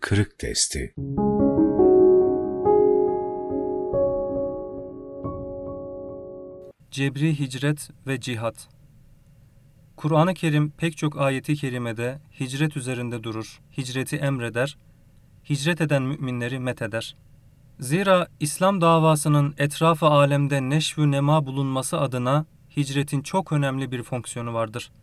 Kırık testi. Cebri hicret ve cihat. Kur'an-ı Kerim pek çok ayeti kerimede hicret üzerinde durur, hicreti emreder, hicret eden müminleri metheder. Zira İslam davasının etraf-ı alemde neşv-ü nema bulunması adına hicretin çok önemli bir fonksiyonu vardır.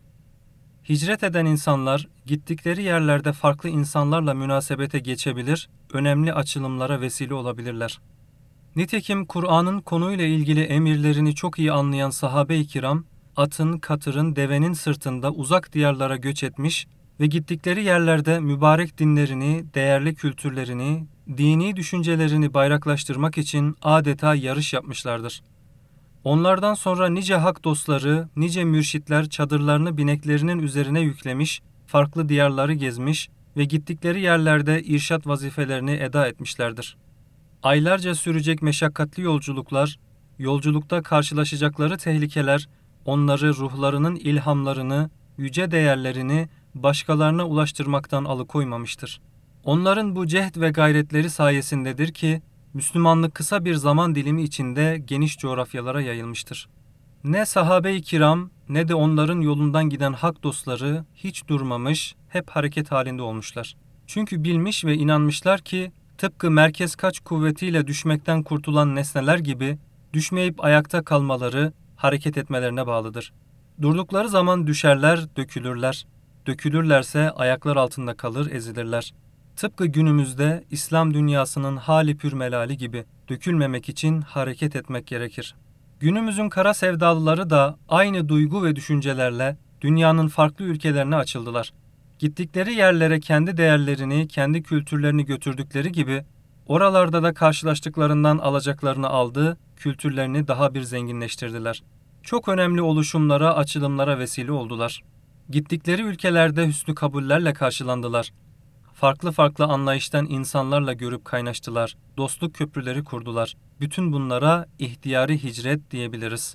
Hicret eden insanlar gittikleri yerlerde farklı insanlarla münasebete geçebilir, önemli açılımlara vesile olabilirler. Nitekim Kur'an'ın konuyla ilgili emirlerini çok iyi anlayan sahabe-i kiram, atın, katırın, devenin sırtında uzak diyarlara göç etmiş ve gittikleri yerlerde mübarek dinlerini, değerli kültürlerini, dini düşüncelerini bayraklaştırmak için adeta yarış yapmışlardır. Onlardan sonra nice hak dostları, nice mürşitler çadırlarını bineklerinin üzerine yüklemiş, farklı diyarları gezmiş ve gittikleri yerlerde irşat vazifelerini eda etmişlerdir. Aylarca sürecek meşakkatli yolculuklar, yolculukta karşılaşacakları tehlikeler, onları ruhlarının ilhamlarını, yüce değerlerini başkalarına ulaştırmaktan alıkoymamıştır. Onların bu cehd ve gayretleri sayesindedir ki, Müslümanlık kısa bir zaman dilimi içinde geniş coğrafyalara yayılmıştır. Ne sahabe-i kiram ne de onların yolundan giden hak dostları hiç durmamış, hep hareket halinde olmuşlar. Çünkü bilmiş ve inanmışlar ki, tıpkı merkez kaç kuvvetiyle düşmekten kurtulan nesneler gibi düşmeyip ayakta kalmaları hareket etmelerine bağlıdır. Durdukları zaman düşerler, dökülürler. Dökülürlerse ayaklar altında kalır, ezilirler. Tıpkı günümüzde İslam dünyasının hali pürmelali gibi dökülmemek için hareket etmek gerekir. Günümüzün kara sevdalıları da aynı duygu ve düşüncelerle dünyanın farklı ülkelerine açıldılar. Gittikleri yerlere kendi değerlerini, kendi kültürlerini götürdükleri gibi oralarda da karşılaştıklarından alacaklarını aldı, kültürlerini daha bir zenginleştirdiler. Çok önemli oluşumlara, açılımlara vesile oldular. Gittikleri ülkelerde hüsnü kabullerle karşılandılar. Farklı farklı anlayıştan insanlarla görüp kaynaştılar, dostluk köprüleri kurdular. Bütün bunlara ihtiyari hicret diyebiliriz.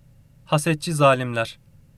Hasetçi zalimler.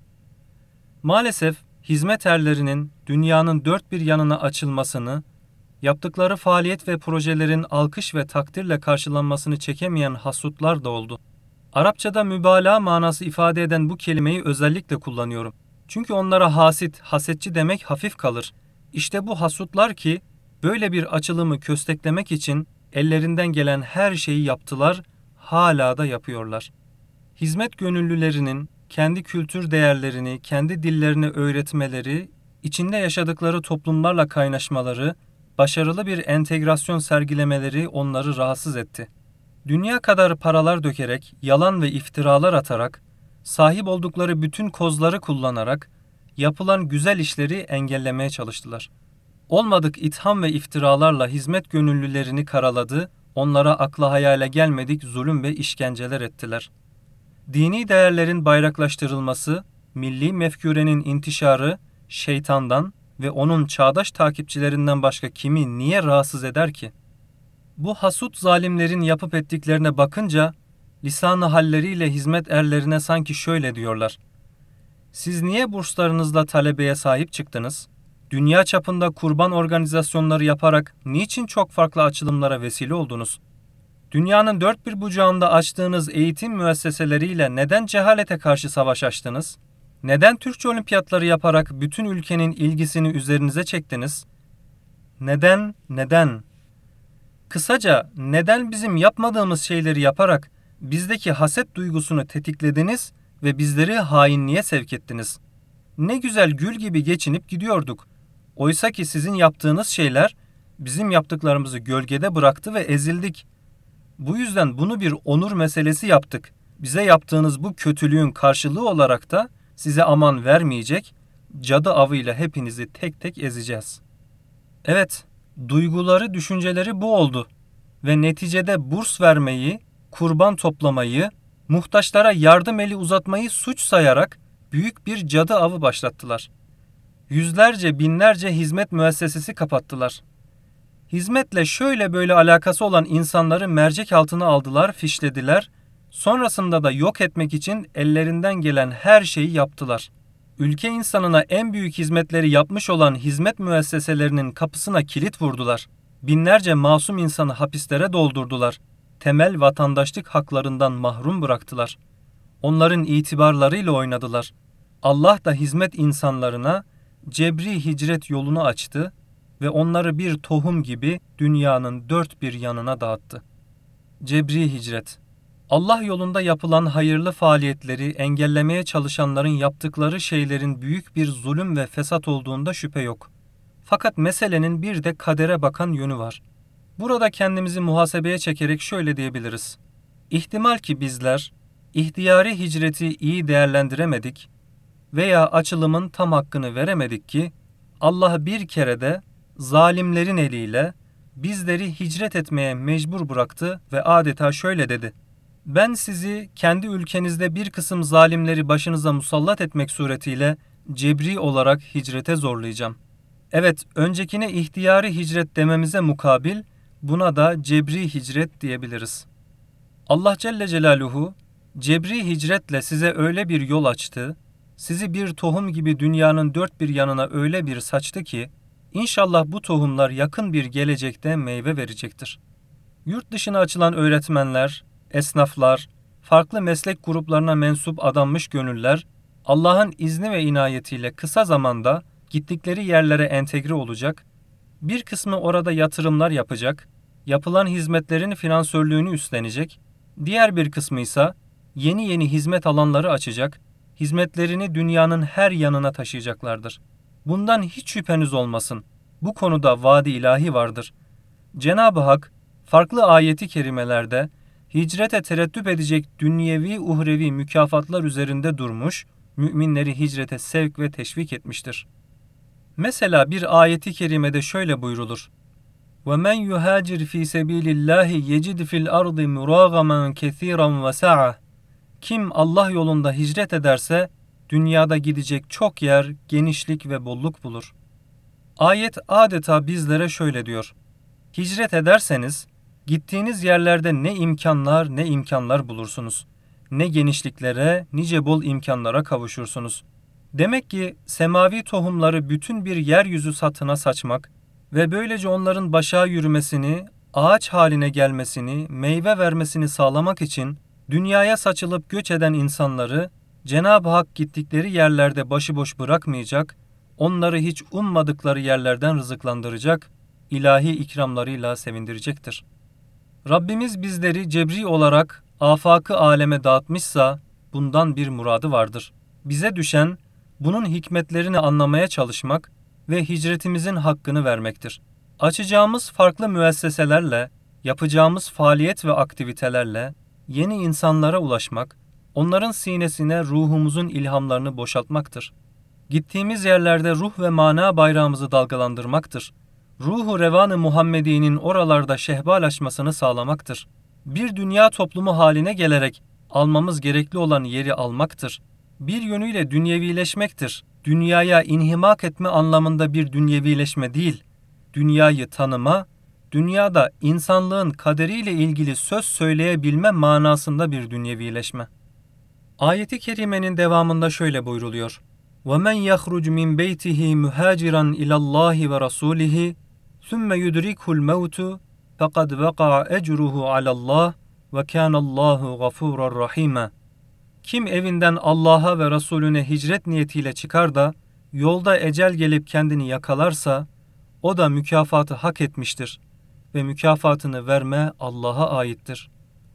Maalesef hizmet erlerinin dünyanın dört bir yanına açılmasını, yaptıkları faaliyet ve projelerin alkış ve takdirle karşılanmasını çekemeyen hasutlar da oldu. Arapçada mübalağa manası ifade eden bu kelimeyi özellikle kullanıyorum. Çünkü onlara hasit, hasetçi demek hafif kalır. İşte bu hasutlar ki böyle bir açılımı kösteklemek için ellerinden gelen her şeyi yaptılar, hala da yapıyorlar. Hizmet gönüllülerinin kendi kültür değerlerini, kendi dillerini öğretmeleri, içinde yaşadıkları toplumlarla kaynaşmaları, başarılı bir entegrasyon sergilemeleri onları rahatsız etti. Dünya kadar paralar dökerek, yalan ve iftiralar atarak, sahip oldukları bütün kozları kullanarak, yapılan güzel işleri engellemeye çalıştılar. Olmadık itham ve iftiralarla hizmet gönüllülerini karaladı, onlara akla hayale gelmedik zulüm ve işkenceler ettiler. Dini değerlerin bayraklaştırılması, milli mefkûrenin intişarı, şeytandan ve onun çağdaş takipçilerinden başka kimi niye rahatsız eder ki? Bu hasut zalimlerin yapıp ettiklerine bakınca, lisan-ı halleriyle hizmet erlerine sanki şöyle diyorlar: siz niye burslarınızla talebeye sahip çıktınız? Dünya çapında kurban organizasyonları yaparak niçin çok farklı açılımlara vesile oldunuz? Dünyanın dört bir bucağında açtığınız eğitim müesseseleriyle neden cehalete karşı savaş açtınız? Neden Türkçe olimpiyatları yaparak bütün ülkenin ilgisini üzerinize çektiniz? Neden? Kısaca neden bizim yapmadığımız şeyleri yaparak bizdeki haset duygusunu tetiklediniz ve bizleri hainliğe sevk ettiniz? Ne güzel gül gibi geçinip gidiyorduk. Oysa ki sizin yaptığınız şeyler bizim yaptıklarımızı gölgede bıraktı ve ezildik. Bu yüzden bunu bir onur meselesi yaptık. Bize yaptığınız bu kötülüğün karşılığı olarak da size aman vermeyecek, cadı avıyla hepinizi tek tek ezeceğiz. Evet, duyguları, düşünceleri bu oldu ve neticede burs vermeyi, kurban toplamayı, muhtaçlara yardım eli uzatmayı suç sayarak büyük bir cadı avı başlattılar. Yüzlerce, binlerce hizmet müessesesi kapattılar. Hizmetle şöyle böyle alakası olan insanları mercek altına aldılar, fişlediler. Sonrasında da yok etmek için ellerinden gelen her şeyi yaptılar. Ülke insanına en büyük hizmetleri yapmış olan hizmet müesseselerinin kapısına kilit vurdular. Binlerce masum insanı hapislere doldurdular. Temel vatandaşlık haklarından mahrum bıraktılar. Onların itibarlarıyla oynadılar. Allah da hizmet insanlarına cebri hicret yolunu açtı ve onları bir tohum gibi dünyanın dört bir yanına dağıttı. Cebri hicret. Allah yolunda yapılan hayırlı faaliyetleri engellemeye çalışanların yaptıkları şeylerin büyük bir zulüm ve fesat olduğunda şüphe yok. Fakat meselenin bir de kadere bakan yönü var. Burada kendimizi muhasebeye çekerek şöyle diyebiliriz. İhtimal ki bizler ihtiyari hicreti iyi değerlendiremedik veya açılımın tam hakkını veremedik ki Allah bir kere de zalimlerin eliyle bizleri hicret etmeye mecbur bıraktı ve adeta şöyle dedi. Ben sizi kendi ülkenizde bir kısım zalimleri başınıza musallat etmek suretiyle cebri olarak hicrete zorlayacağım. Evet, öncekine ihtiyari hicret dememize mukabil buna da cebri hicret diyebiliriz. Allah Celle Celaluhu cebri hicretle size öyle bir yol açtı, sizi bir tohum gibi dünyanın dört bir yanına öyle bir saçtı ki, İnşallah bu tohumlar yakın bir gelecekte meyve verecektir. Yurt dışına açılan öğretmenler, esnaflar, farklı meslek gruplarına mensup adanmış gönüller, Allah'ın izni ve inayetiyle kısa zamanda gittikleri yerlere entegre olacak, bir kısmı orada yatırımlar yapacak, yapılan hizmetlerin finansörlüğünü üstlenecek, diğer bir kısmı ise yeni yeni hizmet alanları açacak, hizmetlerini dünyanın her yanına taşıyacaklardır. Bundan hiç şüpheniz olmasın. Bu konuda vaadi ilahi vardır. Cenab-ı Hak farklı ayeti kerimelerde hicrete tereddüt edecek dünyevi uhrevi mükafatlar üzerinde durmuş, müminleri hicrete sevk ve teşvik etmiştir. Mesela bir ayeti kerimede şöyle buyrulur. وَمَنْ يُهَاجِرْ ف۪ي سَب۪يلِ اللّٰهِ يَجِدْ فِي الْأَرْضِ مُرَاغَمًا كَث۪يرًا وَسَعَةً Kim Allah yolunda hicret ederse, dünyada gidecek çok yer, genişlik ve bolluk bulur. Ayet adeta bizlere şöyle diyor. Hicret ederseniz, gittiğiniz yerlerde ne imkanlar bulursunuz. Ne genişliklere, nice bol imkanlara kavuşursunuz. Demek ki semavi tohumları bütün bir yeryüzü satına saçmak ve böylece onların başa yürümesini, ağaç haline gelmesini, meyve vermesini sağlamak için dünyaya saçılıp göç eden insanları Cenab-ı Hak gittikleri yerlerde başıboş bırakmayacak, onları hiç ummadıkları yerlerden rızıklandıracak, ilahi ikramlarıyla sevindirecektir. Rabbimiz bizleri cebri olarak afakı aleme dağıtmışsa bundan bir muradı vardır. Bize düşen bunun hikmetlerini anlamaya çalışmak ve hicretimizin hakkını vermektir. Açacağımız farklı müesseselerle, yapacağımız faaliyet ve aktivitelerle yeni insanlara ulaşmak, onların sinesine ruhumuzun ilhamlarını boşaltmaktır. Gittiğimiz yerlerde ruh ve mana bayrağımızı dalgalandırmaktır. Ruhu revan-ı Muhammedi'nin oralarda şehbalaşmasını sağlamaktır. Bir dünya toplumu haline gelerek almamız gerekli olan yeri almaktır. Bir yönüyle dünyevileşmektir. Dünyaya inhimak etme anlamında bir dünyevileşme değil, dünyayı tanıma, dünyada insanlığın kaderiyle ilgili söz söyleyebilme manasında bir dünyevileşme. Ayet-i kerimenin devamında şöyle buyruluyor. وَمَنْ يَخْرُجْ مِنْ بَيْتِهِ مُهَاجِرًا إِلَى اللّٰهِ وَرَسُولِهِ ثُمَّ يُدْرِكْهُ الْمَوْتُ فَقَدْ وَقَعَ أَجْرُهُ عَلَى اللّٰهِ وَكَانَ اللّٰهُ غَفُورًا رَحِيمًا Kim evinden Allah'a ve Resulüne hicret niyetiyle çıkar da yolda ecel gelip kendini yakalarsa o da mükafatı hak etmiştir ve mükafatını verme Allah'a aittir.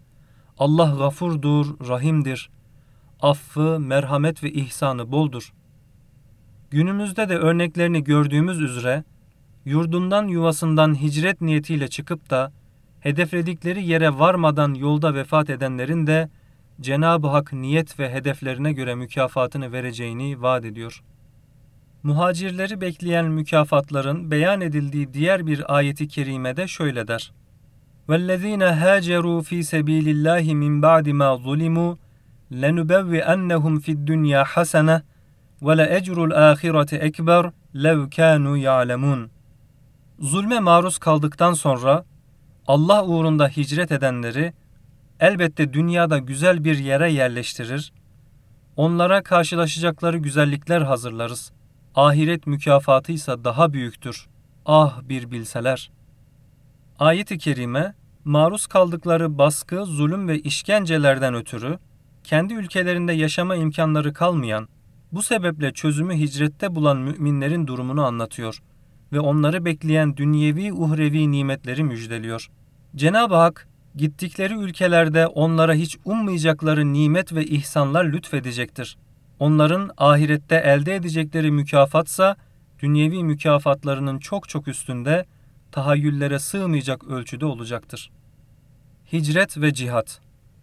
Allah gafurdur, rahimdir. Affı, merhamet ve ihsanı boldur. Günümüzde de örneklerini gördüğümüz üzere yurdundan yuvasından hicret niyetiyle çıkıp da hedefledikleri yere varmadan yolda vefat edenlerin de Cenab-ı Hak niyet ve hedeflerine göre mükafatını vereceğini vaat ediyor. Muhacirleri bekleyen mükafatların beyan edildiği diğer bir ayeti kerimede şöyle der. وَالَّذ۪ينَ هَاجَرُوا ف۪ي سَب۪يلِ اللّٰهِ مِنْ بَعْدِ مَا ظُلِمُوا لَنُبَوِّئَنَّهُمْ فِي الدُّنْيَا حَسَنَةً وَلَاَجْرُ الْآخِرَةِ اَكْبَرُ لَوْ كَانُوا يَعْلَمُونَ Zulme maruz kaldıktan sonra Allah uğrunda hicret edenleri elbette dünyada güzel bir yere yerleştirir, Onlara karşılaşacakları güzellikler hazırlarız. Ahiret mükafatıysa daha büyüktür. Ah bir bilseler. Ayet-i kerime, maruz kaldıkları baskı, zulüm ve işkencelerden ötürü, kendi ülkelerinde yaşama imkanları kalmayan, bu sebeple çözümü hicrette bulan müminlerin durumunu anlatıyor ve onları bekleyen dünyevi uhrevi nimetleri müjdeliyor. Cenab-ı Hak, gittikleri ülkelerde onlara hiç ummayacakları nimet ve ihsanlar lütfedecektir. Onların ahirette elde edecekleri mükafatsa, dünyevi mükafatlarının çok çok üstünde, tahayyüllere sığmayacak ölçüde olacaktır. Hicret ve cihat.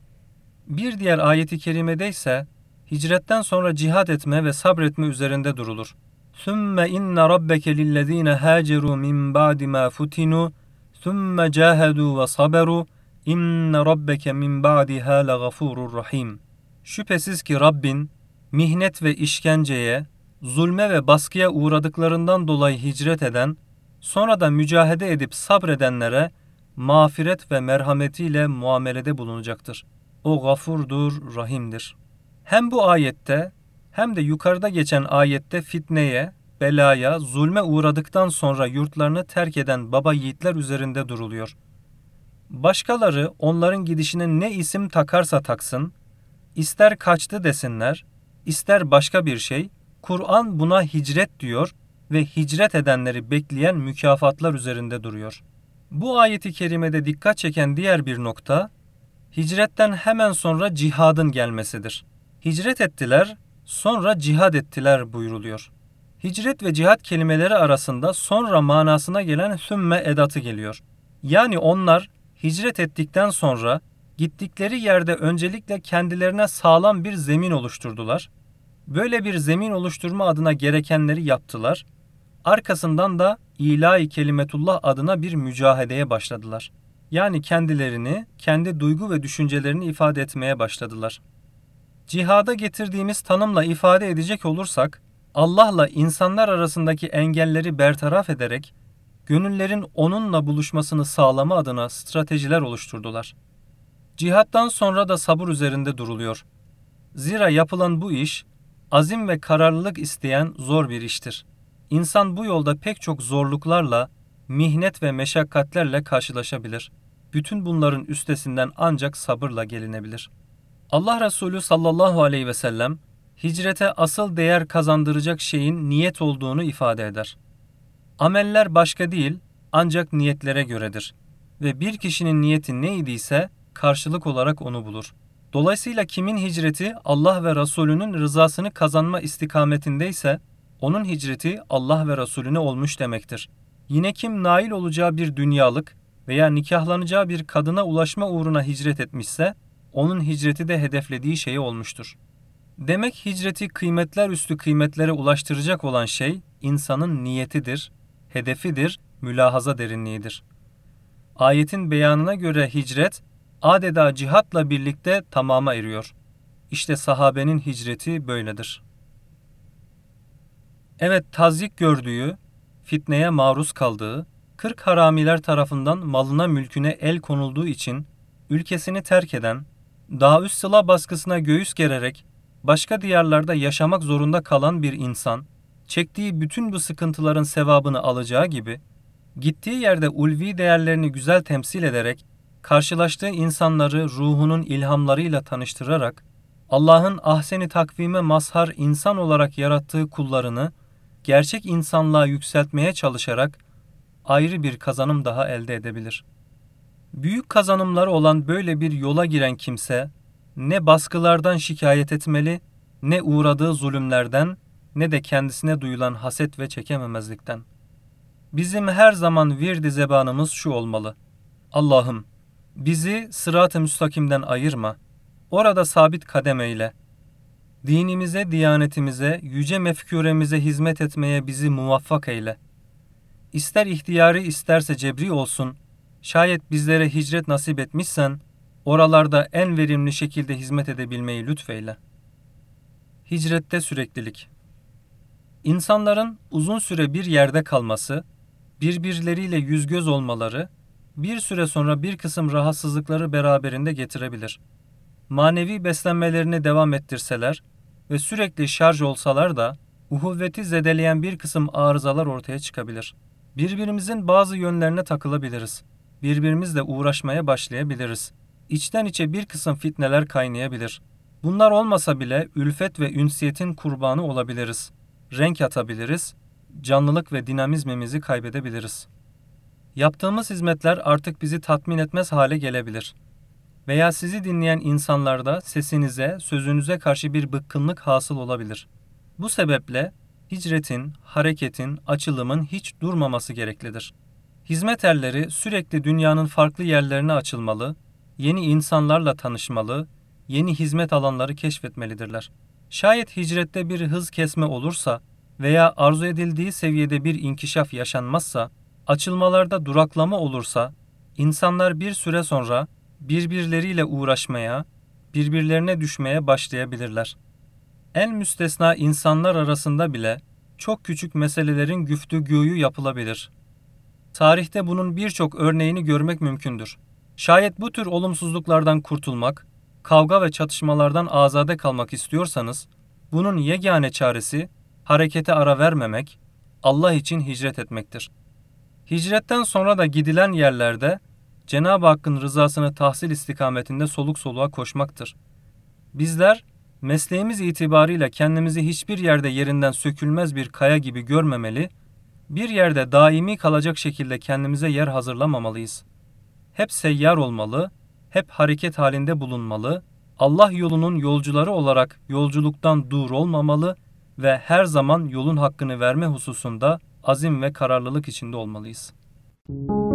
Bir diğer ayeti kerimede ise, hicretten sonra cihad etme ve sabretme üzerinde durulur. ثُمَّ اِنَّ رَبَّكَ لِلَّذ۪ينَ هَاجَرُوا مِنْ بَعْدِ مَا فُتِنُوا ثُمَّ جَاهَدُوا وَصَبَرُوا اِنَّ رَبَّكَ مِنْ بَعْدِهَا لَغَفُورٌ رَحِيمٌ. Şüphesiz ki Rabbin, mihnet ve işkenceye, zulme ve baskıya uğradıklarından dolayı hicret eden, sonra da mücahede edip sabredenlere mağfiret ve merhametiyle muamelede bulunacaktır. O gafurdur, rahimdir. Hem bu ayette hem de yukarıda geçen ayette fitneye, belaya, zulme uğradıktan sonra yurtlarını terk eden baba yiğitler üzerinde duruluyor. Başkaları onların gidişine ne isim takarsa taksın, ister kaçtı desinler, ister başka bir şey, Kur'an buna hicret diyor ve hicret edenleri bekleyen mükafatlar üzerinde duruyor. Bu ayeti kerimede dikkat çeken diğer bir nokta, hicretten hemen sonra cihadın gelmesidir. Hicret ettiler, sonra cihad ettiler buyruluyor. Hicret ve cihad kelimeleri arasında sonra manasına gelen sümme edatı geliyor. Yani onlar hicret ettikten sonra gittikleri yerde öncelikle kendilerine sağlam bir zemin oluşturdular. Böyle bir zemin oluşturma adına gerekenleri yaptılar. Arkasından da ilahi kelimetullah adına bir mücahedeye başladılar. Yani kendilerini, kendi duygu ve düşüncelerini ifade etmeye başladılar. Cihada getirdiğimiz tanımla ifade edecek olursak, Allah'la insanlar arasındaki engelleri bertaraf ederek, gönüllerin onunla buluşmasını sağlama adına stratejiler oluşturdular. Cihattan sonra da sabır üzerinde duruluyor. Zira yapılan bu iş, azim ve kararlılık isteyen zor bir iştir. İnsan bu yolda pek çok zorluklarla, mihnet ve meşakkatlerle karşılaşabilir. Bütün bunların üstesinden ancak sabırla gelinebilir. Allah Resulü sallallahu aleyhi ve sellem, hicrete asıl değer kazandıracak şeyin niyet olduğunu ifade eder. Ameller başka değil, ancak niyetlere göredir. Ve bir kişinin niyeti neydiyse, karşılık olarak onu bulur. Dolayısıyla kimin hicreti Allah ve Resulünün rızasını kazanma istikametindeyse, onun hicreti Allah ve Resulüne olmuş demektir. Yine kim nail olacağı bir dünyalık veya nikahlanacağı bir kadına ulaşma uğruna hicret etmişse, onun hicreti de hedeflediği şeye olmuştur. Demek hicreti kıymetler üstü kıymetlere ulaştıracak olan şey, insanın niyetidir, hedefidir, mülahaza derinliğidir. Ayetin beyanına göre hicret, adeta cihatla birlikte tamama eriyor. İşte sahabenin hicreti böyledir. Evet, tazyik gördüğü, fitneye maruz kaldığı, 40 haramiler tarafından malına mülküne el konulduğu için ülkesini terk eden, Daüs Sıla baskısına göğüs gererek başka diyarlarda yaşamak zorunda kalan bir insan, çektiği bütün bu sıkıntıların sevabını alacağı gibi, gittiği yerde ulvi değerlerini güzel temsil ederek, karşılaştığı insanları ruhunun ilhamlarıyla tanıştırarak, Allah'ın ahsen-i takvime mazhar insan olarak yarattığı kullarını, gerçek insanlığa yükseltmeye çalışarak, ayrı bir kazanım daha elde edebilir. Büyük kazanımları olan böyle bir yola giren kimse, ne baskılardan şikayet etmeli, ne uğradığı zulümlerden, ne de kendisine duyulan haset ve çekememezlikten. Bizim her zaman vird-i zebanımız şu olmalı: Allah'ım, bizi sırat-ı müstakimden ayırma, orada sabit kadem eyle. Dinimize, diyanetimize, yüce mefkûremize hizmet etmeye bizi muvaffak eyle. İster ihtiyari isterse cebri olsun, şayet bizlere hicret nasip etmişsen, oralarda en verimli şekilde hizmet edebilmeyi lütfeyle. Hicrette süreklilik. İnsanların uzun süre bir yerde kalması, birbirleriyle yüz göz olmaları, bir süre sonra bir kısım rahatsızlıkları beraberinde getirebilir. Manevi beslenmelerini devam ettirseler, ve sürekli şarj olsalar da uhuvveti zedeleyen bir kısım arızalar ortaya çıkabilir. Birbirimizin bazı yönlerine takılabiliriz. Birbirimizle uğraşmaya başlayabiliriz. İçten içe bir kısım fitneler kaynayabilir. Bunlar olmasa bile ülfet ve ünsiyetin kurbanı olabiliriz. Renk atabiliriz, canlılık ve dinamizmimizi kaybedebiliriz. Yaptığımız hizmetler artık bizi tatmin etmez hale gelebilir. Veya sizi dinleyen insanlarda sesinize, sözünüze karşı bir bıkkınlık hasıl olabilir. Bu sebeple hicretin, hareketin, açılımın hiç durmaması gereklidir. Hizmet erleri sürekli dünyanın farklı yerlerine açılmalı, yeni insanlarla tanışmalı, yeni hizmet alanları keşfetmelidirler. Şayet hicrette bir hız kesme olursa veya arzu edildiği seviyede bir inkişaf yaşanmazsa, açılmalarda duraklama olursa, insanlar bir süre sonra birbirleriyle uğraşmaya, birbirlerine düşmeye başlayabilirler. En müstesna insanlar arasında bile çok küçük meselelerin güftügûyu yapılabilir. Tarihte bunun birçok örneğini görmek mümkündür. Şayet bu tür olumsuzluklardan kurtulmak, kavga ve çatışmalardan azade kalmak istiyorsanız, bunun yegane çaresi harekete ara vermemek, Allah için hicret etmektir. Hicretten sonra da gidilen yerlerde Cenab-ı Hakk'ın rızasını tahsil istikametinde soluk soluğa koşmaktır. Bizler mesleğimiz itibarıyla kendimizi hiçbir yerde yerinden sökülmez bir kaya gibi görmemeli, bir yerde daimi kalacak şekilde kendimize yer hazırlamamalıyız. Hep seyyar olmalı, hep hareket halinde bulunmalı, Allah yolunun yolcuları olarak yolculuktan dur olmamalı ve her zaman yolun hakkını verme hususunda azim ve kararlılık içinde olmalıyız.